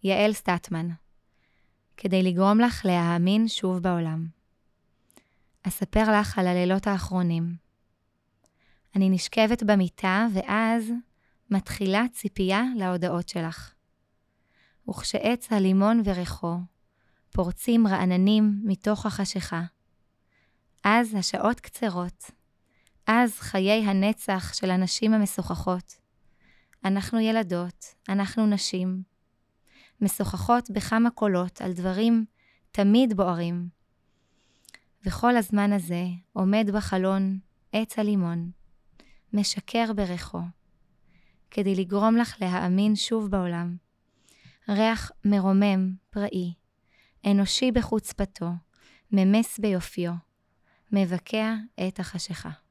יעל סטטמן, כדי לגרום לך להאמין שוב בעולם. אספר לך על הלילות האחרונים. אני נשכבת במיטה ואז מתחילה ציפייה להודעות שלך. וכשעץ הלימון וריחו פורצים רעננים מתוך החשיכה, אז השעות קצרות, אז חיי הנצח של הנשים המשוחחות. אנחנו ילדות, אנחנו נשים, משוחחות בכמה קולות על דברים תמיד בוערים. וכל הזמן הזה עומד בחלון עץ הלימון, משקר בריחו, כדי לגרום לך להאמין שוב בעולם. ריח מרומם, פראי, אנושי בחוצפתו, ממס ביופיו, מבקע את החשיכה.